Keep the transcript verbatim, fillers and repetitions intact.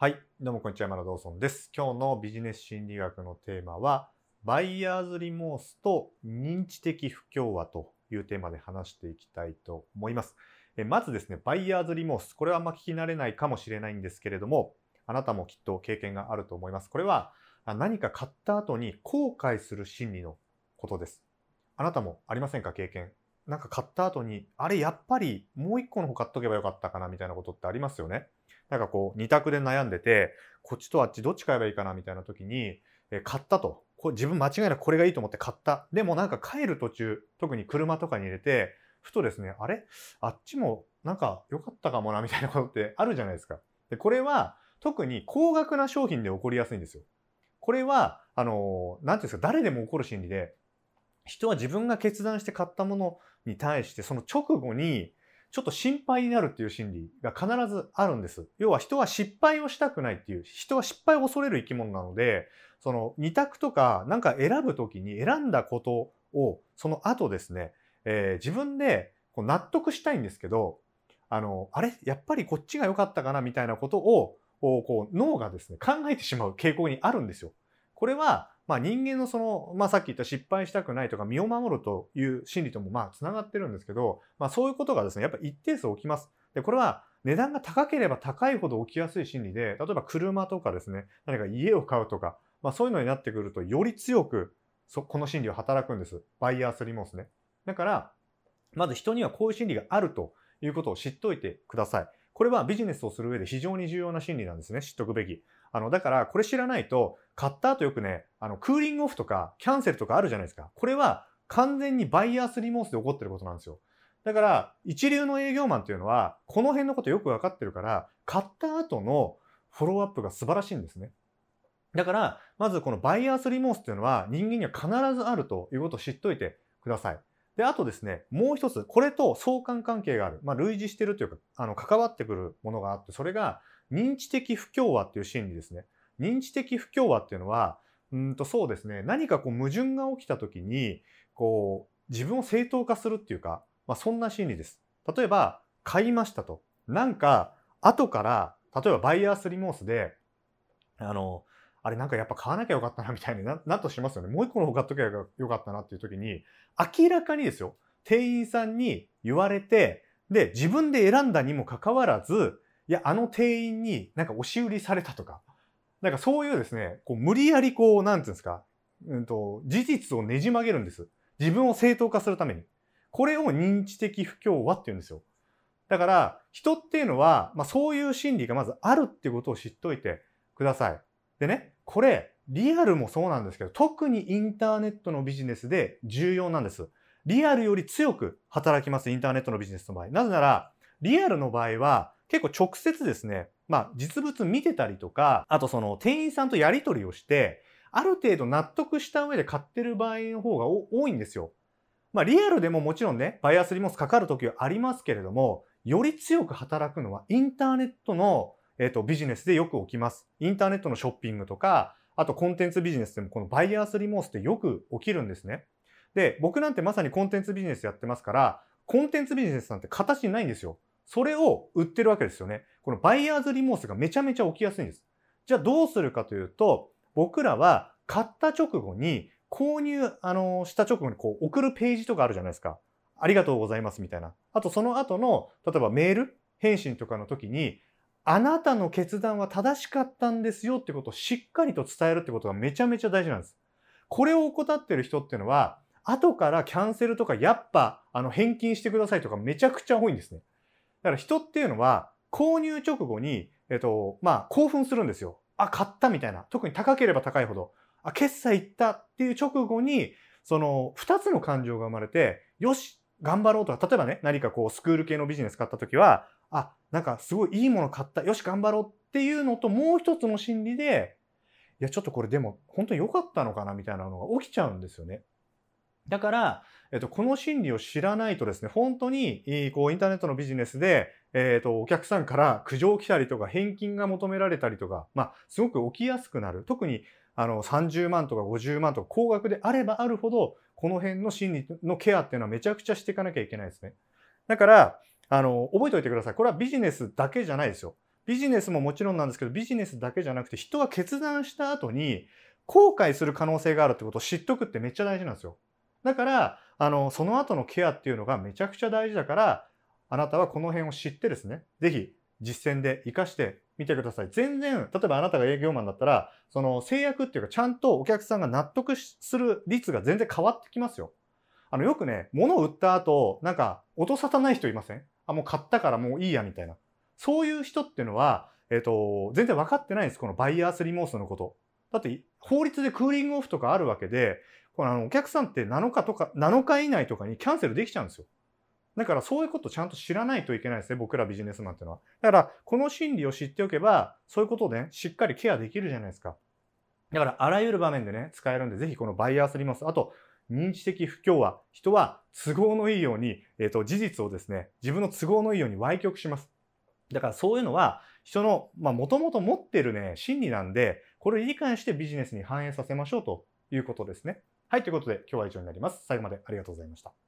はい、どうもこんにちは、山田道尊です。今日のビジネス心理学のテーマは、バイヤーズリモースと認知的不協和というテーマで話していきたいと思います。えまずですね、バイヤーズリモース、これはあんま聞き慣れないかもしれないんですけれども、あなたもきっと経験があると思います。これはあ何か買った後に後悔する心理のことです。あなたもありませんか、経験。なんか買った後に、あれやっぱりもう一個の方買っとけばよかったかなみたいなことってありますよね。なんかこう二択で悩んでて、こっちとあっちどっち買えばいいかなみたいな時に、え買ったと。これ自分間違いなくこれがいいと思って買った。でもなんか帰る途中、特に車とかに入れて、ふとですね、あれあっちもなんか良かったかもなみたいなことってあるじゃないですか。で、これは特に高額な商品で起こりやすいんですよ。これは、あの、なんていうんですか、誰でも起こる心理で、人は自分が決断して買ったものに対して、その直後に、ちょっと心配になるっていう心理が必ずあるんです。要は人は失敗をしたくないっていう、人は失敗を恐れる生き物なので、その二択とかなんか選ぶときに選んだことを、その後ですね、えー自分でこう納得したいんですけど、あの、あれやっぱりこっちが良かったかなみたいなことを、こう脳がですね、考えてしまう傾向にあるんですよ。これは、まあ、人間のその、まあ、さっき言った失敗したくないとか身を守るという心理ともまあつながってるんですけど、まあ、そういうことがですねやっぱ一定数起きます。でこれは値段が高ければ高いほど起きやすい心理で、例えば車とかですね、何か家を買うとか、まあ、そういうのになってくるとより強くそこの心理は働くんです。バイヤースリモースね。だからまず人にはこういう心理があるということを知っておいてください。これはビジネスをする上で非常に重要な心理なんですね。知っておくべき。あの、だからこれ知らないと、買った後よくね、あの、クーリングオフとかキャンセルとかあるじゃないですか。これは完全にバイヤースリモースで起こってることなんですよ。だから、一流の営業マンっていうのは、この辺のことよくわかってるから、買った後のフォローアップが素晴らしいんですね。だから、まずこのバイヤースリモースっていうのは人間には必ずあるということを知っておいてください。で、あとですね、もう一つ、これと相関関係がある。まあ、類似してるというか、あの、関わってくるものがあって、それが認知的不協和っていう心理ですね。認知的不協和っていうのは、うんとそうですね、何かこう矛盾が起きた時に、こう、自分を正当化するっていうか、まあ、そんな心理です。例えば、買いましたと。なんか、後から、例えばバイヤースリモースで、あの、あれなんかやっぱ買わなきゃよかったなみたいにななとしますよね。もう一個の方買っときゃよかったなっていう時に、明らかにですよ、店員さんに言われて、で、自分で選んだにもかかわらず、いや、あの店員になんか押し売りされたとか、なんかそういうですね、こう無理やりこう、なんていうんですか、うんと、事実をねじ曲げるんです。自分を正当化するために。これを認知的不協和って言うんですよ。だから、人っていうのは、まあそういう心理がまずあるっていうことを知っておいてください。でね、これ、リアルもそうなんですけど、特にインターネットのビジネスで重要なんです。リアルより強く働きます、インターネットのビジネスの場合。なぜなら、リアルの場合は、結構直接ですね、まあ実物見てたりとか、あとその店員さんとやり取りをして、ある程度納得した上で買ってる場合の方が多いんですよ。まあリアルでももちろんね、バイアスリモースかかるときはありますけれども、より強く働くのはインターネットの、えっと、ビジネスでよく起きます。インターネットのショッピングとか、あとコンテンツビジネスでもこのバイヤースリモースってよく起きるんですね。で、僕なんてまさにコンテンツビジネスやってますから、コンテンツビジネスなんて形にないんですよ。それを売ってるわけですよね。このバイヤーズリモースがめちゃめちゃ起きやすいんです。じゃあどうするかというと、僕らは買った直後に購入、あのした直後にこう送るページとかあるじゃないですか。ありがとうございますみたいな。あとその後の、例えばメール返信とかの時に、あなたの決断は正しかったんですよってことをしっかりと伝えるってことがめちゃめちゃ大事なんです。これを怠ってる人っていうのは、後からキャンセルとかやっぱあの返金してくださいとかめちゃくちゃ多いんですね。だから人っていうのは購入直後に、えっと、まあ興奮するんですよ。あ、買ったみたいな。特に高ければ高いほど。あ、決済いったっていう直後に、その二つの感情が生まれて、よし、頑張ろうとか、例えばね、何かこうスクール系のビジネス買った時は、あ、なんかすごいいいもの買った。よし、頑張ろうっていうのと、もう一つの心理で、いや、ちょっとこれでも本当に良かったのかなみたいなのが起きちゃうんですよね。だから、えっと、この心理を知らないとですね、本当に、いこう、インターネットのビジネスで、えっと、お客さんから苦情来たりとか、返金が求められたりとか、まあ、すごく起きやすくなる。特に、あの、さんじゅうまんとかごじゅうまんとか高額であればあるほど、この辺の心理のケアっていうのはめちゃくちゃしていかなきゃいけないですね。だから、あの、覚えておいてください。これはビジネスだけじゃないですよ。 ビジネスももちろんなんですけど、ビジネスだけじゃなくて、人は決断した後に後悔する可能性があるってことを知っとくってめっちゃ大事なんですよ。だから、あの、その後のケアっていうのがめちゃくちゃ大事だから、あなたはこの辺を知ってですね、ぜひ実践で活かしてみてください。全然、例えばあなたが営業マンだったら、その制約っていうか、ちゃんとお客さんが納得する率が全然変わってきますよ。あの、よくね、物を売った後、なんか、音沙汰ない人いません？あ、もう買ったからもういいや、みたいな。そういう人っていうのは、えっと、全然分かってないんです。このバイヤースリモースのこと。だって、法律でクーリングオフとかあるわけで、このあのお客さんってなのかとか、なのか以内とかにキャンセルできちゃうんですよ。だからそういうことをちゃんと知らないといけないですね。僕らビジネスマンっていうのは。だから、この心理を知っておけば、そういうことをね、しっかりケアできるじゃないですか。だから、あらゆる場面でね、使えるんで、ぜひこのバイヤースリモース、あと、認知的不協和、人は都合のいいように、えっと、事実をですね、自分の都合のいいように歪曲します。だからそういうのは、人の、まあ、もともと持ってるね、心理なんで、これを理解してビジネスに反映させましょうということですね。はい、ということで、今日は以上になります。最後までありがとうございました。